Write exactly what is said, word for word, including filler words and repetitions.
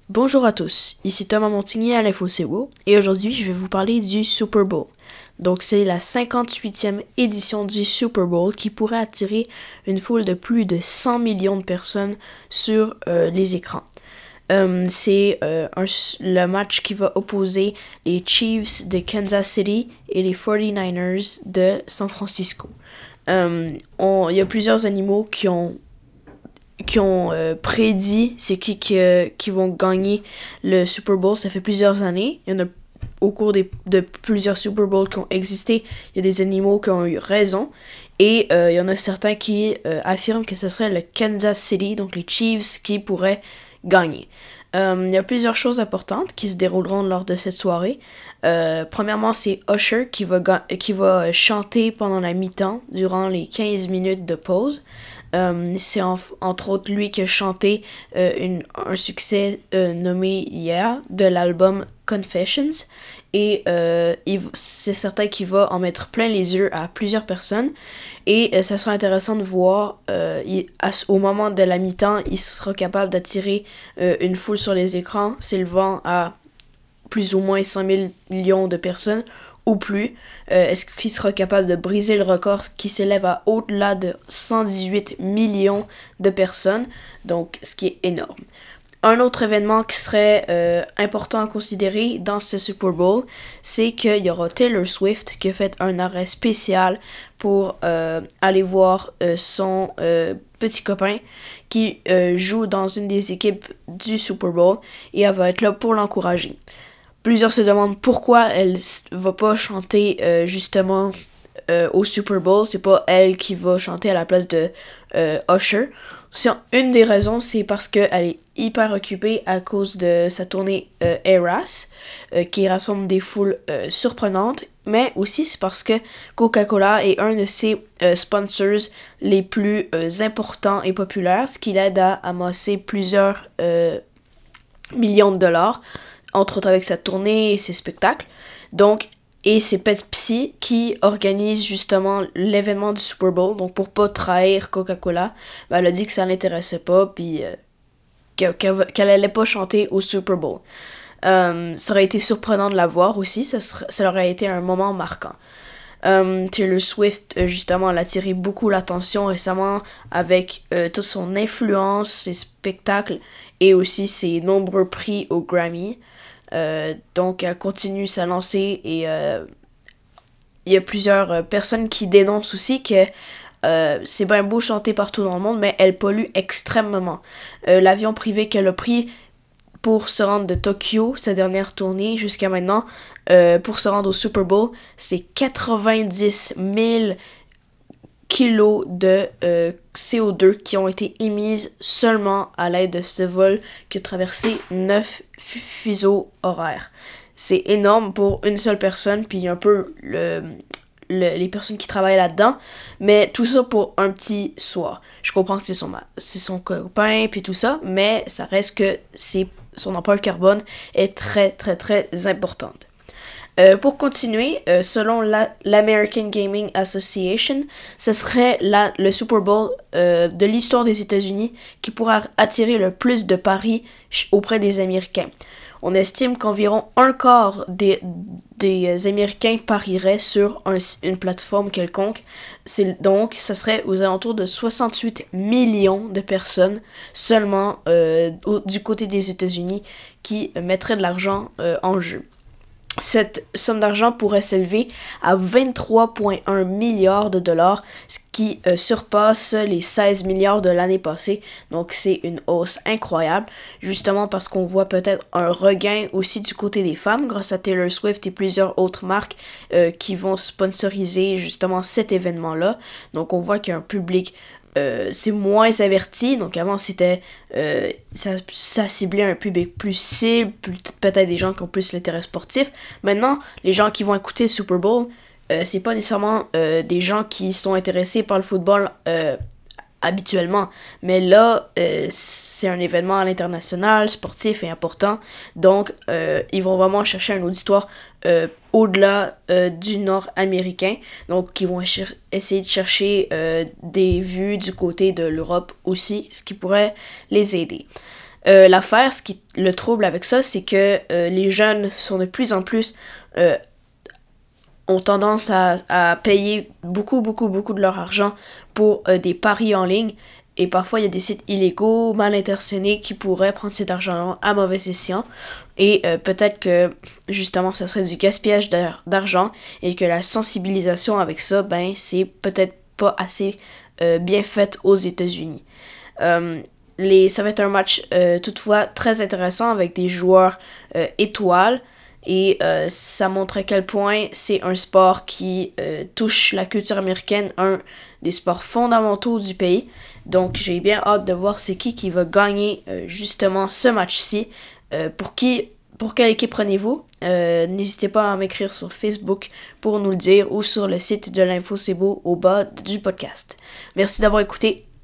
Bonjour à tous, ici Thomas Montigny à l'InfoCwo et aujourd'hui je vais vous parler du Super Bowl. Donc c'est la cinquante-huitième édition du Super Bowl qui pourrait attirer une foule de plus de cent millions de personnes sur euh, les écrans. Euh, c'est euh, un, le match qui va opposer les Chiefs de Kansas City et les forty-niners de San Francisco. Euh, on, il y a plusieurs animaux qui ont qui ont euh, prédit c'est qui qui, euh, qui vont gagner le Super Bowl. Ça fait plusieurs années. Il y en a au cours des, de plusieurs Super Bowls qui ont existé. Il y a des animaux qui ont eu raison. Et euh, il y en a certains qui euh, affirment que ce serait le Kansas City, donc les Chiefs, qui pourraient gagner. Euh, il y a plusieurs choses importantes qui se dérouleront lors de cette soirée. Euh, premièrement, c'est Usher qui va, ga- qui va chanter pendant la mi-temps durant les quinze minutes de pause. Euh, c'est en, entre autres lui qui a chanté euh, une, un succès euh, nommé Yeah de l'album Confessions. Et euh, il, c'est certain qu'il va en mettre plein les yeux à plusieurs personnes. Et euh, ça sera intéressant de voir, euh, il, à, au moment de la mi-temps, il sera capable d'attirer euh, une foule sur les écrans, s'élevant à plus ou moins cent mille millions de personnes ou plus. Euh, est-ce qu'il sera capable de briser le record qui s'élève à au-delà de cent dix-huit millions de personnes, donc ce qui est énorme. Un autre événement qui serait euh, important à considérer dans ce Super Bowl, c'est qu'il y aura Taylor Swift qui a fait un arrêt spécial pour euh, aller voir euh, son euh, petit copain qui euh, joue dans une des équipes du Super Bowl et elle va être là pour l'encourager. Plusieurs se demandent pourquoi elle va pas chanter euh, justement euh, au Super Bowl. C'est pas elle qui va chanter à la place de euh, Usher. C'est une des raisons, c'est parce qu'elle est hyper occupée à cause de sa tournée euh, Eras, euh, qui rassemble des foules euh, surprenantes, mais aussi c'est parce que Coca-Cola est un de ses euh, sponsors les plus euh, importants et populaires, ce qui l'aide à amasser plusieurs euh, millions de dollars, entre autres avec sa tournée et ses spectacles. Donc, et c'est Pepsi qui organise justement l'événement du Super Bowl. Donc pour pas trahir Coca-Cola, ben elle a dit que ça l'intéressait pas, puis euh, qu'elle, qu'elle allait pas chanter au Super Bowl. Euh, ça aurait été surprenant de la voir aussi, ça, serait, ça aurait été un moment marquant. Um, Taylor Swift, euh, justement, elle a attiré beaucoup l'attention récemment avec euh, toute son influence, ses spectacles et aussi ses nombreux prix au Grammy. Euh, donc, elle continue sa lancée et il euh, y a plusieurs euh, personnes qui dénoncent aussi que euh, c'est bien beau chanter partout dans le monde, mais elle pollue extrêmement. Euh, l'avion privé qu'elle a pris pour se rendre de Tokyo, sa dernière tournée jusqu'à maintenant, euh, pour se rendre au Super Bowl, c'est quatre-vingt-dix mille kilos de euh, C O deux qui ont été émises seulement à l'aide de ce vol qui a traversé neuf fuseaux horaires. C'est énorme pour une seule personne, puis un peu le, le, les personnes qui travaillent là-dedans, mais tout ça pour un petit soir. Je comprends que c'est son, c'est son copain, puis tout ça, mais ça reste que c'est son empreinte carbone est très très très importante. Euh, pour continuer, euh, selon la, l'American Gaming Association, ce serait la, le Super Bowl euh, de l'histoire des États-Unis qui pourra attirer le plus de paris auprès des Américains. On estime qu'environ un quart des, des Américains parieraient sur un, une plateforme quelconque. C'est, donc, ce serait aux alentours de soixante-huit millions de personnes seulement euh, au, du côté des États-Unis qui mettraient de l'argent euh, en jeu. Cette somme d'argent pourrait s'élever à vingt-trois virgule un milliards de dollars, ce qui euh, surpasse les seize milliards de l'année passée. Donc c'est une hausse incroyable, justement parce qu'on voit peut-être un regain aussi du côté des femmes grâce à Taylor Swift et plusieurs autres marques euh, qui vont sponsoriser justement cet événement-là. Donc on voit qu'il y a un public Euh, c'est moins averti, donc avant c'était euh, ça, ça ciblait un public plus cible, peut-être des gens qui ont plus l'intérêt sportif. Maintenant, les gens qui vont écouter le Super Bowl, euh, c'est pas nécessairement euh, des gens qui sont intéressés par le football euh, habituellement, mais là euh, c'est un événement à l'international, sportif et important, donc euh, ils vont vraiment chercher un auditoire euh, au-delà euh, du nord-américain, donc ils vont ch- essayer de chercher euh, des vues du côté de l'Europe aussi, ce qui pourrait les aider. Euh, l'affaire, ce qui le trouble avec ça, c'est que euh, les jeunes sont de plus en plus euh, ont tendance à, à payer beaucoup, beaucoup, beaucoup de leur argent pour euh, des paris en ligne. Et parfois, il y a des sites illégaux, mal intentionnés, qui pourraient prendre cet argent à mauvais escient. Et euh, peut-être que, justement, ça serait du gaspillage d'ar- d'argent et que la sensibilisation avec ça, ben, c'est peut-être pas assez euh, bien fait aux États-Unis. Euh, les, ça va être un match, euh, toutefois, très intéressant avec des joueurs euh, étoiles. Et euh, ça montre à quel point c'est un sport qui euh, touche la culture américaine, un des sports fondamentaux du pays. Donc j'ai bien hâte de voir c'est qui qui va gagner euh, justement ce match-ci. Euh, pour qui, pour quelle équipe prenez-vous? Euh, n'hésitez pas à m'écrire sur Facebook pour nous le dire ou sur le site de l'Info C'est Beau au bas du podcast. Merci d'avoir écouté.